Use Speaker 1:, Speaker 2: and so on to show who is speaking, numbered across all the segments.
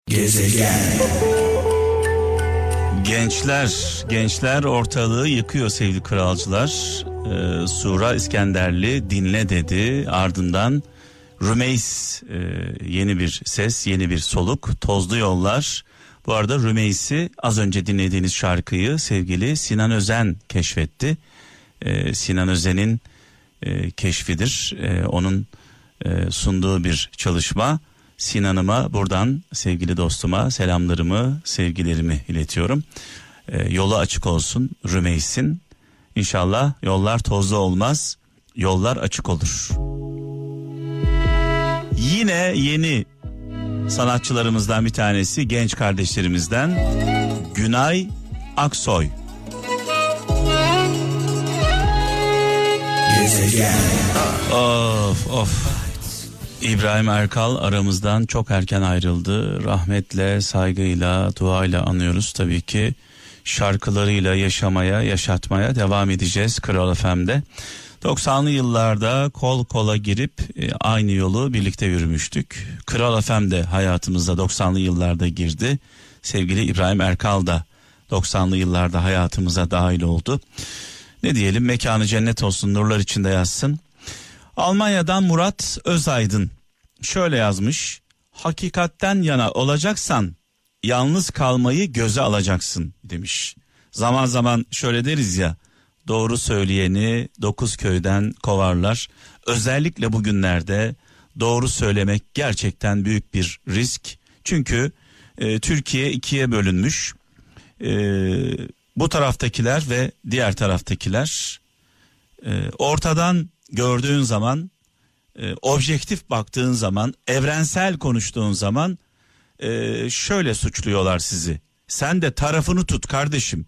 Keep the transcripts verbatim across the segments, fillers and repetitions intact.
Speaker 1: Gezegen.
Speaker 2: Gençler, gençler ortalığı yıkıyor sevgili kralcılar. Ee, Sura İskenderli dinle dedi. Ardından Rümeys, e, yeni bir ses, yeni bir soluk, tozlu yollar. Bu arada Rümeys'i az önce dinlediğiniz şarkıyı sevgili Sinan Özen keşfetti. Ee, Sinan Özen'in e, keşfidir. E, onun e, sunduğu bir çalışma. Sinan'ıma buradan sevgili dostuma selamlarımı, sevgilerimi iletiyorum. Ee, yolu açık olsun Rümeys'in. İnşallah yollar tozlu olmaz, yollar açık olur. Yine yeni sanatçılarımızdan bir tanesi, genç kardeşlerimizden Günay Aksoy.
Speaker 1: Gezegen.
Speaker 2: Of of. İbrahim Erkal aramızdan çok erken ayrıldı. Rahmetle, saygıyla, duayla anıyoruz tabii ki. Şarkılarıyla yaşamaya, yaşatmaya devam edeceğiz Kral F M'de. doksanlı yıllarda kol kola girip e, aynı yolu birlikte yürümüştük. Kral F M'de hayatımıza doksanlı yıllarda girdi. Sevgili İbrahim Erkal da doksanlı yıllarda hayatımıza dahil oldu. Ne diyelim, mekanı cennet olsun, nurlar içinde yatsın. Almanya'dan Murat Özaydın şöyle yazmış: hakikatten yana olacaksan yalnız kalmayı göze alacaksın demiş. Zaman zaman şöyle deriz ya, doğru söyleyeni dokuz köyden kovarlar. Özellikle bugünlerde doğru söylemek gerçekten büyük bir risk. Çünkü e, Türkiye ikiye bölünmüş. E, bu taraftakiler ve diğer taraftakiler. E, ortadan gördüğün zaman, e, objektif baktığın zaman, evrensel konuştuğun zaman e, şöyle suçluyorlar sizi. Sen de tarafını tut kardeşim.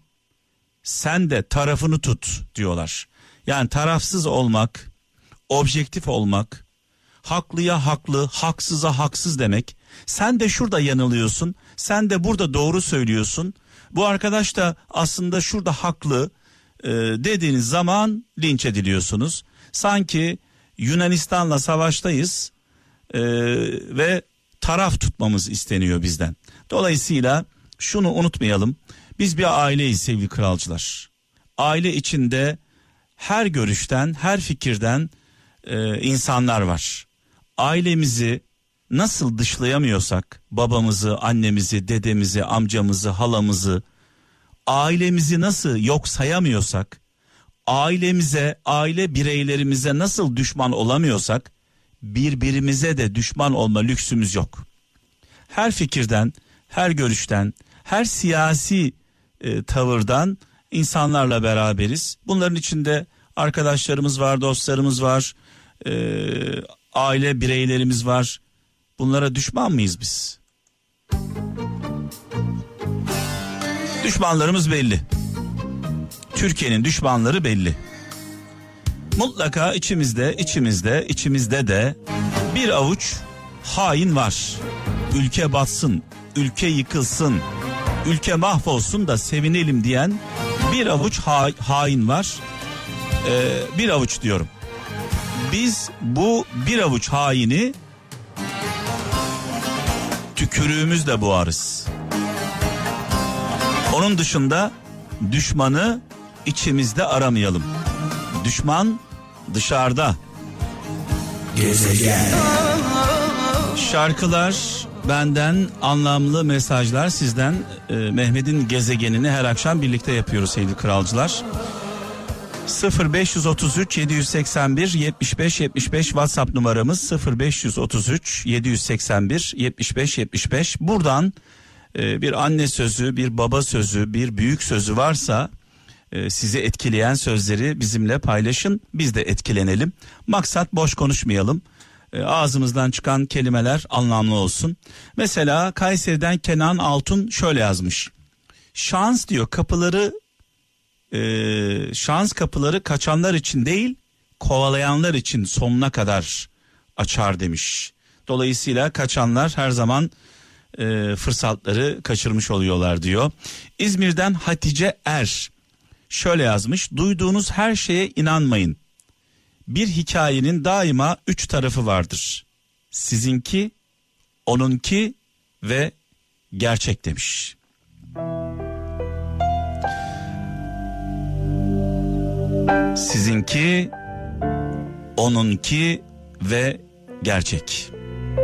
Speaker 2: Sen de tarafını tut diyorlar. Yani tarafsız olmak, objektif olmak, haklıya haklı, haksıza haksız demek. Sen de şurada yanılıyorsun, sen de burada doğru söylüyorsun. Bu arkadaş da aslında şurada haklı e, dediğiniz zaman linç ediliyorsunuz. Sanki Yunanistan'la savaştayız e, ve taraf tutmamız isteniyor bizden. Dolayısıyla şunu unutmayalım. Biz bir aileyiz sevgili kralcılar. Aile içinde her görüşten, her fikirden e, insanlar var. Ailemizi nasıl dışlayamıyorsak, babamızı, annemizi, dedemizi, amcamızı, halamızı, ailemizi nasıl yok sayamıyorsak, ailemize, aile bireylerimize nasıl düşman olamıyorsak, birbirimize de düşman olma lüksümüz yok. Her fikirden, her görüşten, her siyasi e, tavırdan insanlarla beraberiz. Bunların içinde arkadaşlarımız var, dostlarımız var, e, aile bireylerimiz var. Bunlara düşman mıyız biz? Düşmanlarımız belli. Türkiye'nin düşmanları belli. Mutlaka içimizde, içimizde, içimizde de bir avuç hain var. Ülke batsın, ülke yıkılsın, ülke mahvolsun da sevinelim diyen bir avuç ha- hain var. Ee, bir avuç diyorum. Biz bu bir avuç haini tükürüğümüzle boğarız. Onun dışında düşmanı içimizde aramayalım. Düşman dışarıda.
Speaker 1: Gezegen.
Speaker 2: Şarkılar benden, anlamlı mesajlar sizden. e, Mehmet'in gezegenini her akşam birlikte yapıyoruz sevgili kralcılar. sıfır beş üç üç yedi seksen bir yetmiş beş yetmiş beş WhatsApp numaramız, sıfır beş üç üç yedi seksen bir yetmiş beş yetmiş beş. Buradan e, bir anne sözü, bir baba sözü, bir büyük sözü varsa e, sizi etkileyen sözleri bizimle paylaşın. Biz de etkilenelim. Maksat boş konuşmayalım. E, ağzımızdan çıkan kelimeler anlamlı olsun. Mesela Kayseri'den Kenan Altun şöyle yazmış: şans diyor kapıları e, şans kapıları kaçanlar için değil, kovalayanlar için sonuna kadar açar demiş. Dolayısıyla kaçanlar her zaman e, fırsatları kaçırmış oluyorlar diyor. İzmir'den Hatice Er şöyle yazmış: duyduğunuz her şeye inanmayın. Bir hikayenin daima üç tarafı vardır. Sizinki, onunki ve gerçek demiş. Sizinki, onunki ve gerçek.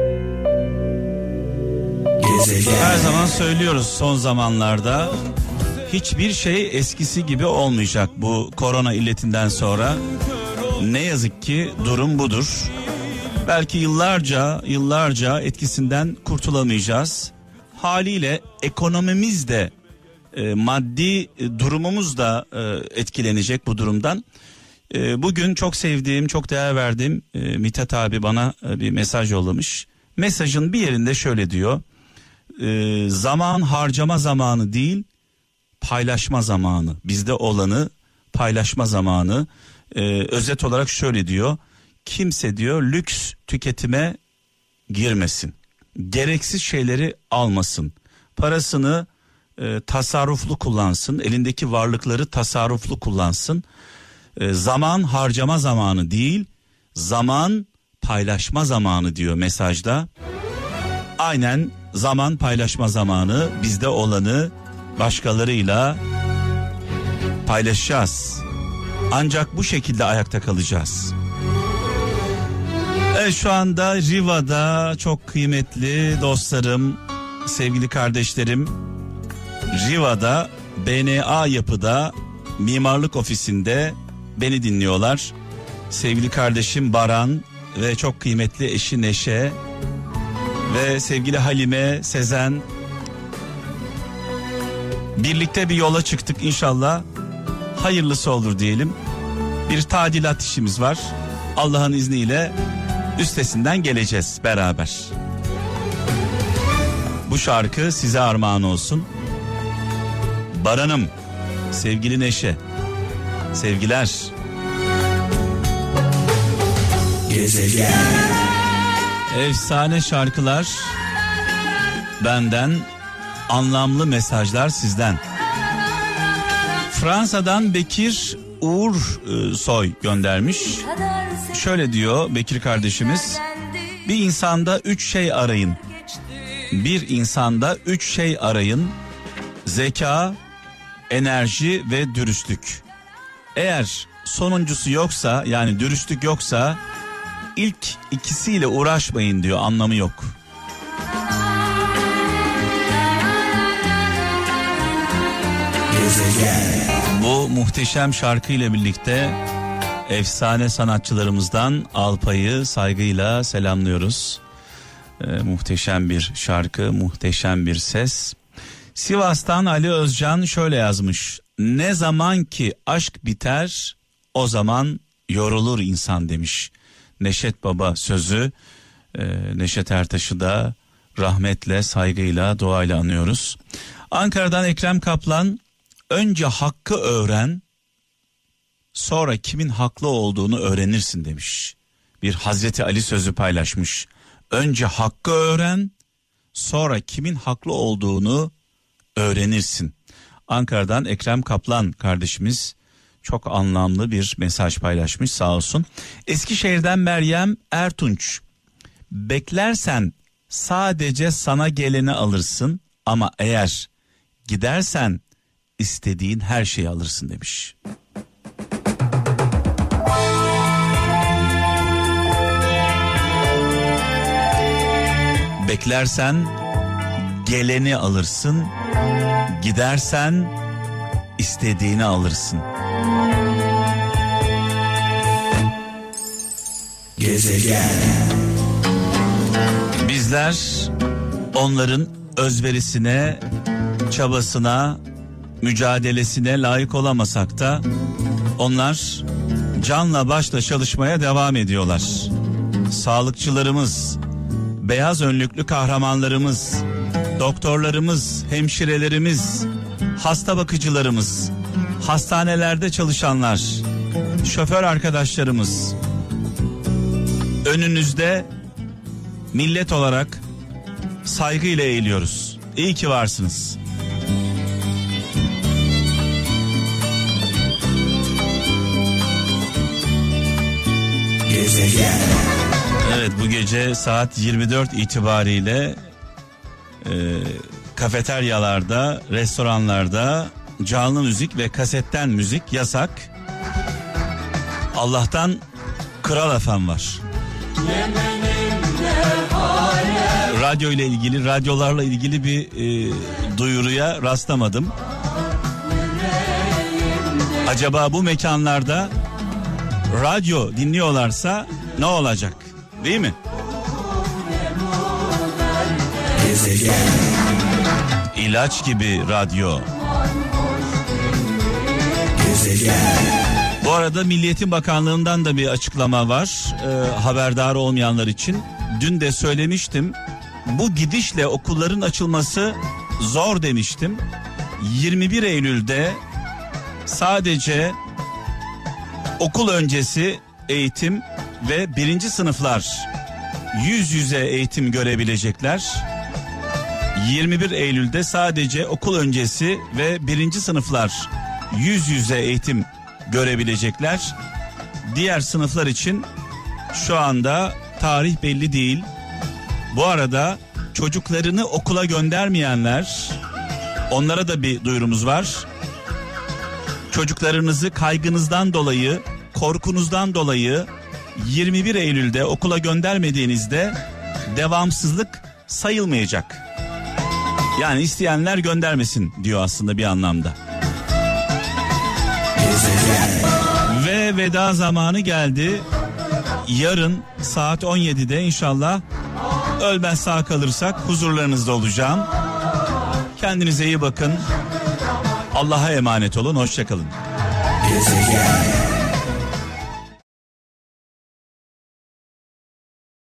Speaker 2: Her zaman söylüyoruz, son zamanlarda hiçbir şey eskisi gibi olmayacak bu korona illetinden sonra. Ne yazık ki durum budur. Belki yıllarca yıllarca etkisinden kurtulamayacağız. Haliyle ekonomimiz de e, maddi durumumuz da e, etkilenecek bu durumdan. E, bugün çok sevdiğim, çok değer verdiğim e, Mithat abi bana e, bir mesaj yollamış. Mesajın bir yerinde şöyle diyor. E, zaman harcama zamanı değil, paylaşma zamanı. Bizde olanı paylaşma zamanı. E, özet olarak şöyle diyor. Kimse diyor lüks tüketime girmesin. Gereksiz şeyleri almasın. Parasını e, tasarruflu kullansın. Elindeki varlıkları tasarruflu kullansın. E, zaman harcama zamanı değil, zaman paylaşma zamanı diyor mesajda. Aynen, zaman paylaşma zamanı. Bizde olanı başkalarıyla paylaşacağız. Ancak bu şekilde ayakta kalacağız. Evet, şu anda Riva'da çok kıymetli dostlarım, sevgili kardeşlerim, Riva'da B N A Yapı'da mimarlık ofisinde beni dinliyorlar. Sevgili kardeşim Baran ve çok kıymetli eşi Neşe ve sevgili Halime, Sezen, birlikte bir yola çıktık inşallah. Hayırlısı olur diyelim. Bir tadilat işimiz var. Allah'ın izniyle üstesinden geleceğiz beraber. Bu şarkı size armağan olsun. Baran'ım, sevgili Neşe, sevgiler. Gezegen. Efsane şarkılar benden, anlamlı mesajlar sizden. Fransa'dan Bekir Uğur e, Soy göndermiş. Şöyle diyor Bekir kardeşimiz. Bir insanda üç şey arayın. Bir insanda üç şey arayın. Zeka, enerji ve dürüstlük. Eğer sonuncusu yoksa, yani dürüstlük yoksa, ilk ikisiyle uğraşmayın diyor, anlamı yok. Bu muhteşem şarkıyla birlikte efsane sanatçılarımızdan Alpay'ı saygıyla selamlıyoruz. Ee, muhteşem bir şarkı, muhteşem bir ses. Sivas'tan Ali Özcan şöyle yazmış. Ne zaman ki aşk biter, o zaman yorulur insan demiş. Neşet Baba sözü. Ee, Neşet Ertaş'ı da rahmetle, saygıyla, duayla anıyoruz. Ankara'dan Ekrem Kaplan. Önce hakkı öğren, sonra kimin haklı olduğunu öğrenirsin demiş. Bir Hazreti Ali sözü paylaşmış. Önce hakkı öğren, sonra kimin haklı olduğunu öğrenirsin. Ankara'dan Ekrem Kaplan kardeşimiz çok anlamlı bir mesaj paylaşmış, sağ olsun. Eskişehir'den Meryem Ertunç. Beklersen sadece sana geleni alırsın ama eğer gidersen istediğin her şeyi alırsın demiş. Beklersen geleni alırsın, gidersen istediğini alırsın. Gezegen. Bizler onların özverisine, çabasına, mücadelesine layık olamasak da onlar canla başla çalışmaya devam ediyorlar. Sağlıkçılarımız, beyaz önlüklü kahramanlarımız, doktorlarımız, hemşirelerimiz, hasta bakıcılarımız, hastanelerde çalışanlar, şoför arkadaşlarımız, önünüzde millet olarak saygıyla eğiliyoruz. İyi ki varsınız. Gezegen. Evet, bu gece saat yirmi dört itibariyle e, kafeteryalarda, restoranlarda canlı müzik ve kasetten müzik yasak. Allah'tan Kral F M var. Radyo ile ilgili, radyolarla ilgili bir e, duyuruya rastlamadım. Acaba bu mekanlarda radyo dinliyorlarsa ne olacak? Değil mi? İlaç gibi radyo. Bu arada Milliyetin Bakanlığı'ndan da bir açıklama var. Ee, haberdar olmayanlar için. Dün de söylemiştim. Bu gidişle okulların açılması zor demiştim. yirmi bir Eylül'de sadece okul öncesi eğitim ve birinci sınıflar yüz yüze eğitim görebilecekler. yirmi bir Eylül'de sadece okul öncesi ve birinci sınıflar yüz yüze eğitim görebilecekler. Diğer sınıflar için şu anda tarih belli değil. Bu arada çocuklarını okula göndermeyenler, onlara da bir duyurumuz var. Çocuklarınızı kaygınızdan dolayı, korkunuzdan dolayı yirmi bir Eylül'de okula göndermediğinizde devamsızlık sayılmayacak. Yani isteyenler göndermesin diyor aslında bir anlamda. Ve veda zamanı geldi. Yarın saat on yedide inşallah ölmez sağ kalırsak huzurlarınızda olacağım. Kendinize iyi bakın. Allah'a emanet olun. Hoşça kalın. Gezegen.